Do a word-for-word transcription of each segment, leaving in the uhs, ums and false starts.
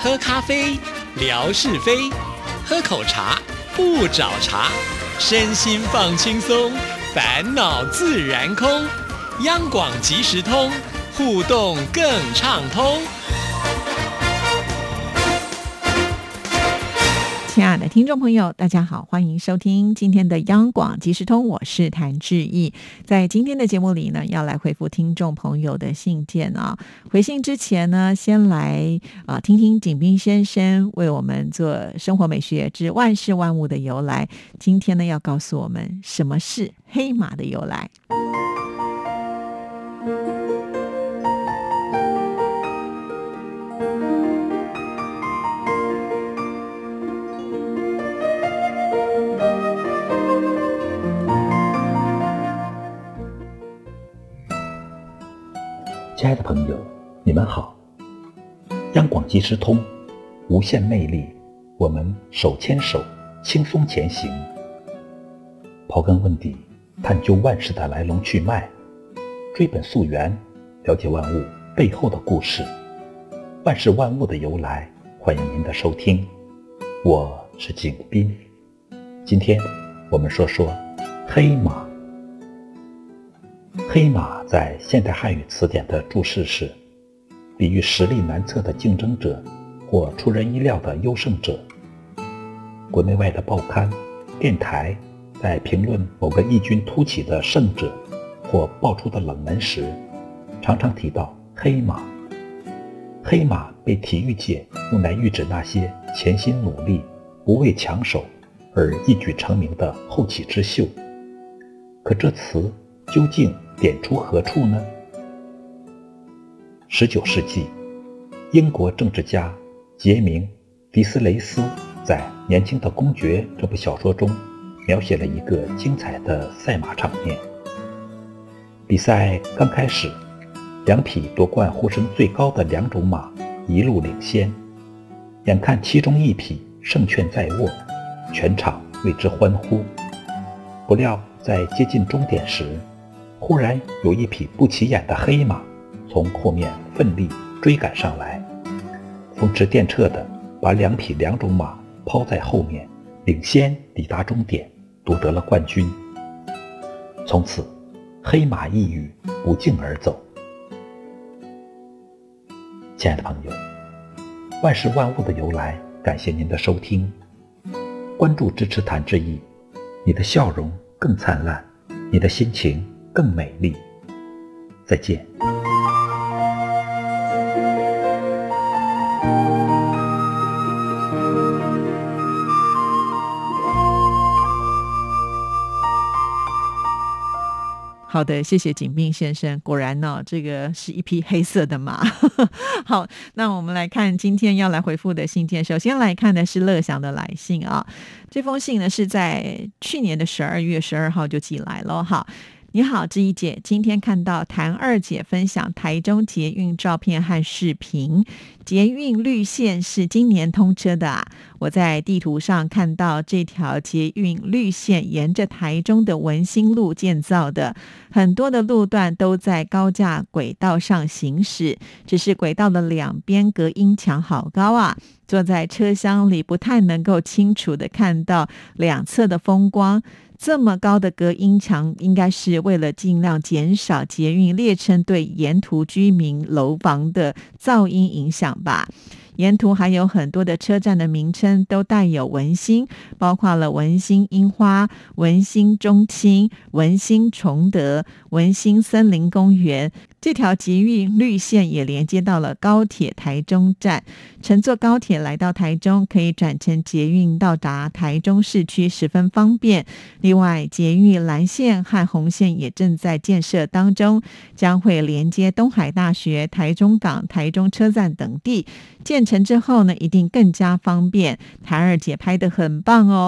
喝咖啡，聊是非；喝口茶，不找茬。身心放轻松，烦恼自然空。央广即时通，互动更畅通。 亲爱的听众朋友，大家好，欢迎收听今天的央广即时通，我是谭志毅。在今天的节目里呢，要来回复听众朋友的信件啊。回信之前呢，先来啊听听景斌先生为我们做生活美学之万事万物的由来。今天呢，要告诉我们什么是黑马的由来。 亲爱的朋友，你们好。央广即时通，无限魅力，我们手牵手，轻松前行。刨根问底，探究万事的来龙去脉，追本溯源，了解万物背后的故事，万事万物的由来。欢迎您的收听，我是景斌。今天我们说说黑马。黑马在现代汉语词典的注释是比喻实力难测的竞争者或出人意料的优胜者。国内外的报刊、电台在评论某个异军突起的胜者或爆出的冷门时，常常提到黑马。黑马被体育界用来喻指那些潜心努力、不畏强手而一举成名的后起之秀。可这词究竟点出何处呢？十九世纪，英国政治家杰明·迪斯雷斯在《年轻的公爵》这部小说中描写了一个精彩的赛马场面。比赛刚开始，两匹夺冠呼声最高的两种马一路领先，眼看其中一匹胜券在握，全场为之欢呼。不料在接近终点时，忽然有一匹不起眼的黑马从后面奋力追赶上来，风驰电掣地把两匹两种马抛在后面，领先抵达终点，夺得了冠军。从此黑马一语不胫而走。亲爱的朋友，万事万物的由来，感谢您的收听，关注支持谭志毅，你的笑容更灿烂，你的心情更美丽。再见。 好的，谢谢景斌先生。果然呢、哦，这个是一匹黑色的马。好，那我们来看今天要来回复的信件。首先来看的是乐祥的来信啊，这封信呢是在去年的十二月十二号就寄来了哈。你好，志毅姐，今天看到谭二姐分享台中捷运照片和视频，捷运绿线是今年通车的啊。我在地图上看到这条捷运绿线沿着台中的文心路建造的，很多的路段都在高架轨道上行驶，只是轨道的两边隔音墙好高啊，坐在车厢里不太能够清楚的看到两侧的风光。这么高的隔音墙应该是为了尽量减少捷运列车对沿途居民楼房的噪音影响吧。沿途还有很多的车站的名称都带有文心，包括了文心樱花、文心中清、文心崇德、文心森林公园。这条捷运绿线也连接到了高铁台中站，乘坐高铁来到台中，可以转乘捷运到达台中市区，十分方便。另外，捷运蓝线和红线也正在建设当中，将会连接东海大学、台中港、台中车站等地。建成之后呢，一定更加方便。谭二姐拍得很棒哦，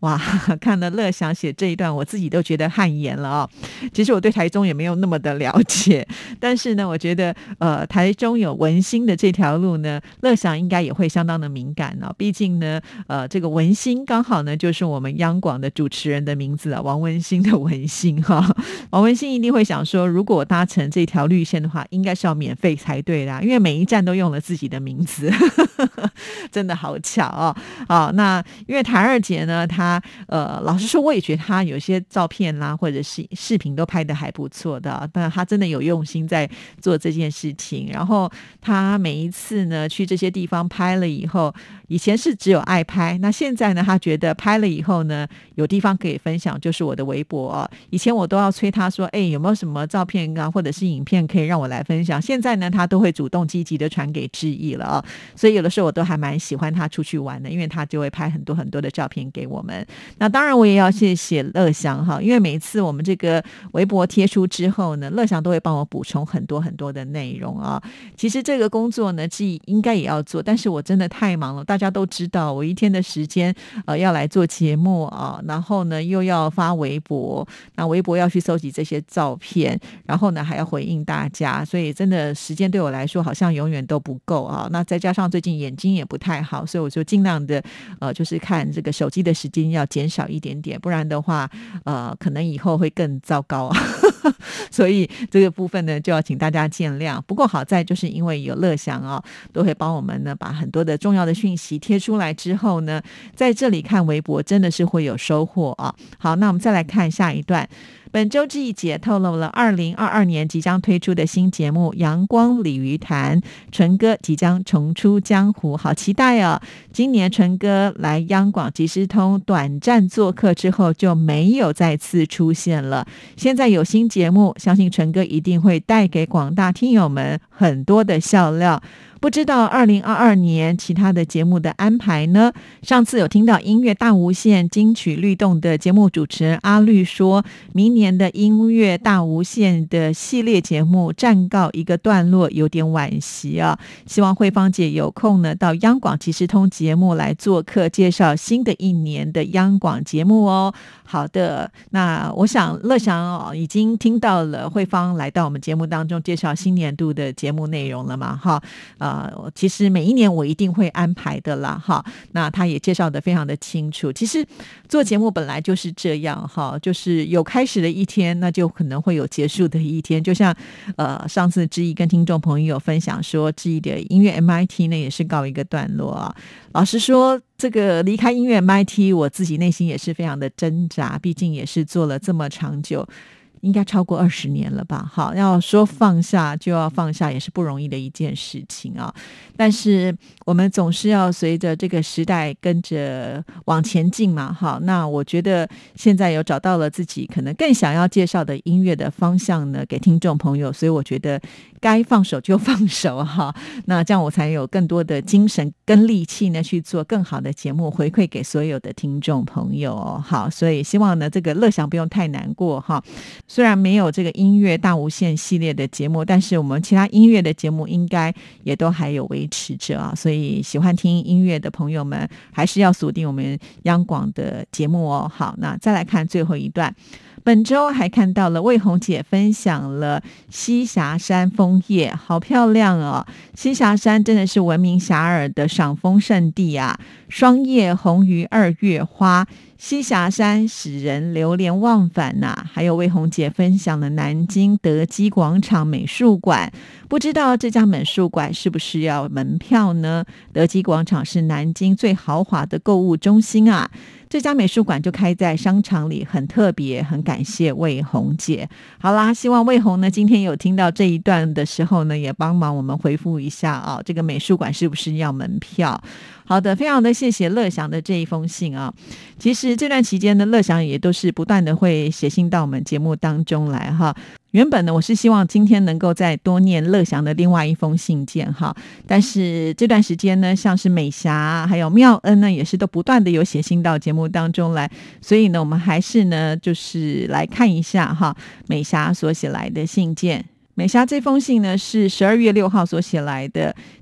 哇，看了乐祥写这一段，我自己都觉得汗颜了哦。其实我对台中也没有那么的了解，但是呢，我觉得呃，台中有文心的这条路呢，乐祥应该也会相当的敏感哦。毕竟呢，呃，这个文心刚好呢就是我们央广的主持人的名字啊，王文心的文心哈、哦。王文心一定会想说，如果我搭乘这条绿线的话，应该是要免费才对啦，因为每一站都用了自己的名字，真的好巧哦。好，那因为台二姐呢，她呃，老实说，我也觉得她有些照片啦，或者是视频都拍得还不错的，但她真的有用心在做这件事情。然后她每一次呢去这些地方拍了以后，以前是只有爱拍，那现在呢，她觉得拍了以后呢，有地方可以分享，就是我的微博哦。以前我都要催她说，哎，有没有什么照片啊，或者是影片可以让我来分享？现在呢，她都会主动积极的传给志毅了哦。所以有的时候我都还蛮喜欢她出去玩的，因为她就会拍很多很多的照片给我们。那当然我也要谢谢乐祥哈，因为每次我们这个微博贴出之后呢，乐祥都会帮我补充很多很多的内容啊。其实这个工作呢，自己应该也要做，但是我真的太忙了。大家都知道，我一天的时间呃要来做节目啊，然后呢又要发微博，那微博要去搜集这些照片，然后呢还要回应大家，所以真的时间对我来说好像永远都不够啊。那再加上最近眼睛也不太好，所以我就尽量的呃就是看这个手机的时间要减少一点点，不然的话呃可能以后会更糟糕啊所以这个部分呢就要请大家见谅。不过好在就是因为有乐祥啊、哦，都会帮我们呢把很多的重要的讯息贴出来之后呢，在这里看微博真的是会有收获啊。好，那我们再来看下一段。本周志毅姐透露了二零二二年即将推出的新节目《阳光鲤鱼潭》，纯哥即将重出江湖，好期待哦！今年纯哥来央广即时通短暂做客之后就没有再次出现了，现在有新节目，相信纯哥一定会带给广大听友们很多的笑料。不知道二零二二年其他的节目的安排呢？上次有听到音乐大无限金曲律动的节目主持人阿绿说，明年的音乐大无限的系列节目暂告一个段落，有点惋惜啊。希望慧芳姐有空呢到央广即时通节目来做客，介绍新的一年的央广节目哦。好的，那我想乐祥哦已经听到了慧芳来到我们节目当中介绍新年度的节目内容了嘛？哈，呃，其实每一年我一定会安排的啦，哈。那他也介绍得非常的清楚。其实做节目本来就是这样哈，就是有开始的一天，那就可能会有结束的一天。就像呃上次志毅跟听众朋友分享说，志毅的音乐 M I T 呢也是告一个段落啊。老实说，这个离开音乐 M I T， 我自己内心也是非常的挣扎，毕竟也是做了这么长久。应该超过二十年了吧，好，要说放下就要放下，也是不容易的一件事情啊。但是我们总是要随着这个时代跟着往前进嘛，好，那我觉得现在有找到了自己可能更想要介绍的音乐的方向呢，给听众朋友，所以我觉得该放手就放手哈，那这样我才有更多的精神跟力气呢去做更好的节目，回馈给所有的听众朋友哦。好，所以希望呢这个乐享不用太难过哈。虽然没有这个音乐大无限系列的节目，但是我们其他音乐的节目应该也都还有维持着啊，所以喜欢听音乐的朋友们还是要锁定我们央广的节目哦。好，那再来看最后一段。本周还看到了魏红姐分享了栖霞山枫叶，好漂亮哦！栖霞山真的是闻名遐迩的赏枫胜地啊，双叶红于二月花，栖霞山使人流连忘返呐、啊。还有魏红姐分享了南京德基广场美术馆，不知道这家美术馆是不是要门票呢？德基广场是南京最豪华的购物中心啊，这家美术馆就开在商场里，很特别，很感谢魏红姐。好啦，希望魏红呢今天有听到这一段的时候呢，也帮忙我们回复一下啊，这个美术馆是不是要门票？好的，非常的谢谢乐祥的这一封信啊。其实这段期间呢，乐祥也都是不断的会写信到我们节目当中来哈。原本呢，我是希望今天能够再多念乐祥的另外一封信件哈，但是这段时间呢，像是美霞还有妙恩呢，也是都不断的有写信到节目当中来，所以呢，我们还是呢，就是来看一下哈，美霞所写来的信件。美霞这封信呢是十二月六号所写来的，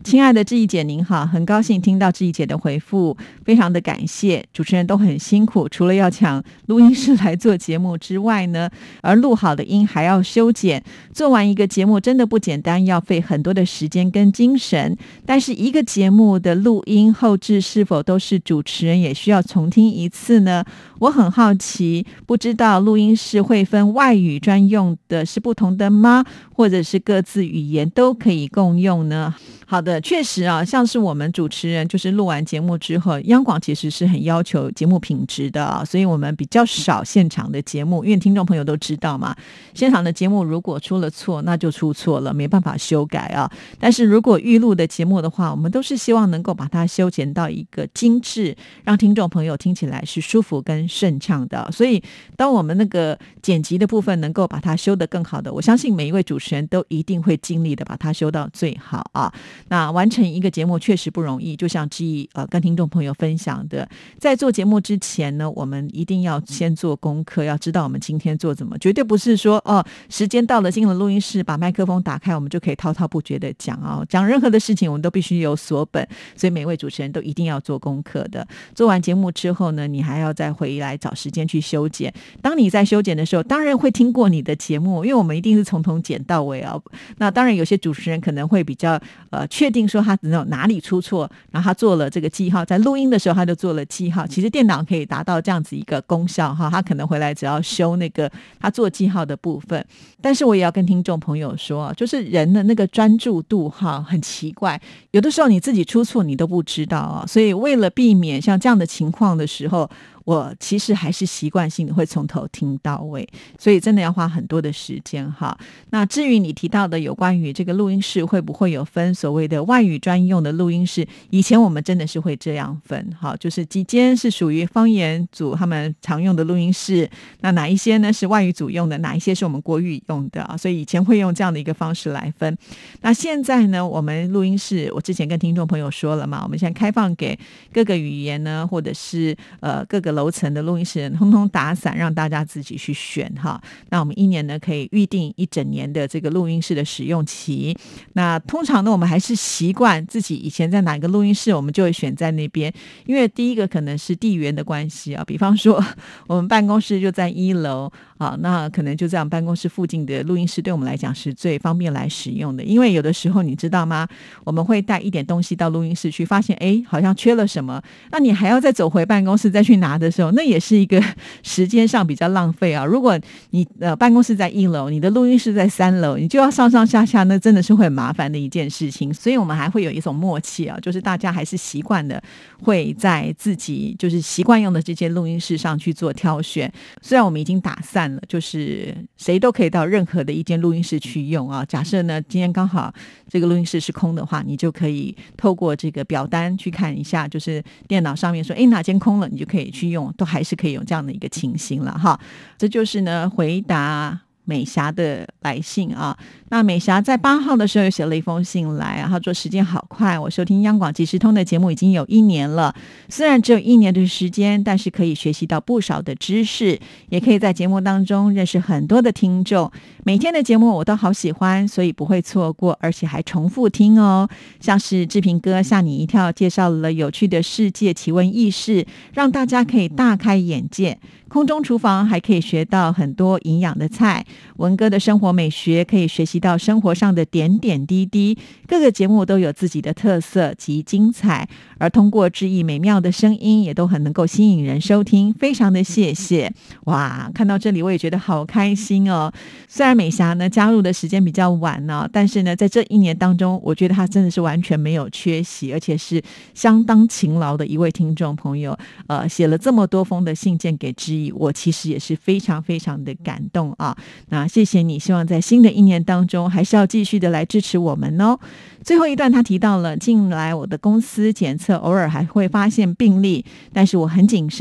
亲爱的志毅姐您好，很高兴听到志毅姐的回复，非常的感谢。主持人都很辛苦，除了要抢录音室来做节目之外呢，而录好的音还要修剪，做完一个节目真的不简单，要费很多的时间跟精神。但是一个节目的录音后制是否都是主持人也需要重听一次呢？我很好奇，不知道录音室会分外语专用的是不同的吗？或者是各自语言都可以共用呢？好的，确实啊，像是我们主持人就是录完节目之后，央广其实是很要求节目品质的啊，所以我们比较少现场的节目，因为听众朋友都知道嘛，现场的节目如果出了错，那就出错了，没办法修改啊。但是如果预录的节目的话，我们都是希望能够把它修剪到一个精致，让听众朋友听起来是舒服跟顺畅的。所以当我们那个剪辑的部分能够把它修得更好的，我相信每一位主持人都一定会尽力的把它修到最好啊。那完成一个节目确实不容易，就像志毅呃跟听众朋友分享的，在做节目之前呢，我们一定要先做功课，要知道我们今天做怎么，绝对不是说哦时间到了进了录音室把麦克风打开，我们就可以滔滔不绝的讲啊、哦，讲任何的事情我们都必须有所本，所以每位主持人都一定要做功课的。做完节目之后呢，你还要再回来找时间去修剪。当你在修剪的时候，当然会听过你的节目，因为我们一定是从头剪到尾啊。那当然有些主持人可能会比较呃确定说他哪里出错，然后他做了这个记号，在录音的时候他就做了记号。其实电脑可以达到这样子一个功效哈，他可能回来只要修那个他做记号的部分。但是我也要跟听众朋友说，就是人的那个专注度哈很奇怪，有的时候你自己出错你都不知道啊。所以为了避免像这样的情况的时候，我其实还是习惯性的会从头听到尾，所以真的要花很多的时间哈。那至于你提到的有关于这个录音室会不会有分所谓的外语专用的录音室，以前我们真的是会这样分哈，就是几间是属于方言组他们常用的录音室，那哪一些呢是外语组用的，哪一些是我们国语用的啊，所以以前会用这样的一个方式来分。那现在呢，我们录音室我之前跟听众朋友说了嘛，我们现在开放给各个语言呢，或者是呃各个楼层的录音室通通打散，让大家自己去选哈。那我们一年呢可以预定一整年的这个录音室的使用期。那通常呢我们还是习惯自己以前在哪个录音室我们就会选在那边，因为第一个可能是地缘的关系啊，比方说我们办公室就在一楼啊，那可能就在我们办公室附近的录音室对我们来讲是最方便来使用的。因为有的时候你知道吗，我们会带一点东西到录音室去，发现哎好像缺了什么，那你还要再走回办公室再去拿的时候，那也是一个时间上比较浪费啊。如果你呃办公室在一楼，你的录音室在三楼，你就要上上下下，那真的是会很麻烦的一件事情。所以我们还会有一种默契啊，就是大家还是习惯的会在自己就是习惯用的这些录音室上去做挑选。虽然我们已经打散了，就是谁都可以到任何的一间录音室去用啊。假设呢今天刚好这个录音室是空的话，你就可以透过这个表单去看一下，就是电脑上面说哎哪间空了，你就可以去用，都还是可以有这样的一个情形了哈。这就是呢回答美霞的来信啊。那美霞在八号的时候又写了一封信来啊，她说时间好快，我收听央广即时通的节目已经有一年了，虽然只有一年的时间，但是可以学习到不少的知识，也可以在节目当中认识很多的听众。每天的节目我都好喜欢，所以不会错过，而且还重复听哦。像是志平哥吓你一跳介绍了有趣的世界奇闻异事，让大家可以大开眼界。空中厨房还可以学到很多营养的菜，文哥的生活美学可以学习到生活上的点点滴滴，各个节目都有自己的特色及精彩，而通过志毅美妙的声音也都很能够吸引人收听，非常的谢谢。哇，看到这里我也觉得好开心哦。虽然美霞呢加入的时间比较晚呢、哦，但是呢在这一年当中，我觉得她真的是完全没有缺席，而且是相当勤劳的一位听众朋友，呃，写了这么多封的信件给志毅，我其实也是非常非常的感动啊。那谢谢你，希望在新的一年当中还是要继续的来支持我们哦。最后一段他提到了，近来我的公司检测偶尔还会发现病例，但是我很谨慎，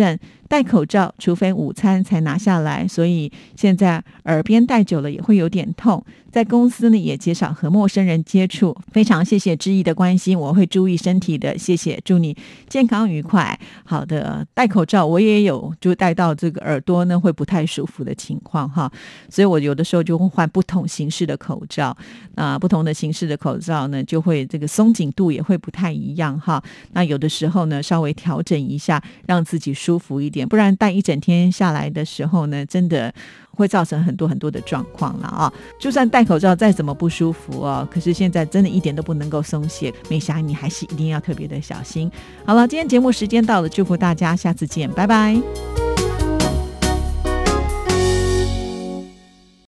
戴口罩除非午餐才拿下来，所以现在耳边戴久了也会有点痛。在公司呢也减少和陌生人接触。非常谢谢知意的关心，我会注意身体的，谢谢，祝你健康愉快。好的，戴口罩我也有就戴到这个耳朵呢会不太舒服的情况哈，所以我有的时候就会换不同形式的口罩，那、呃、不同的形式的口罩呢就会这个松紧度也会不太一样哈。那有的时候呢稍微调整一下，让自己舒服一点，不然戴一整天下来的时候呢，真的会造成很多很多的状况了啊！就算戴口罩再怎么不舒服哦，可是现在真的一点都不能够松懈，美霞你还是一定要特别的小心。好了，今天节目时间到了，祝福大家，下次见，拜拜。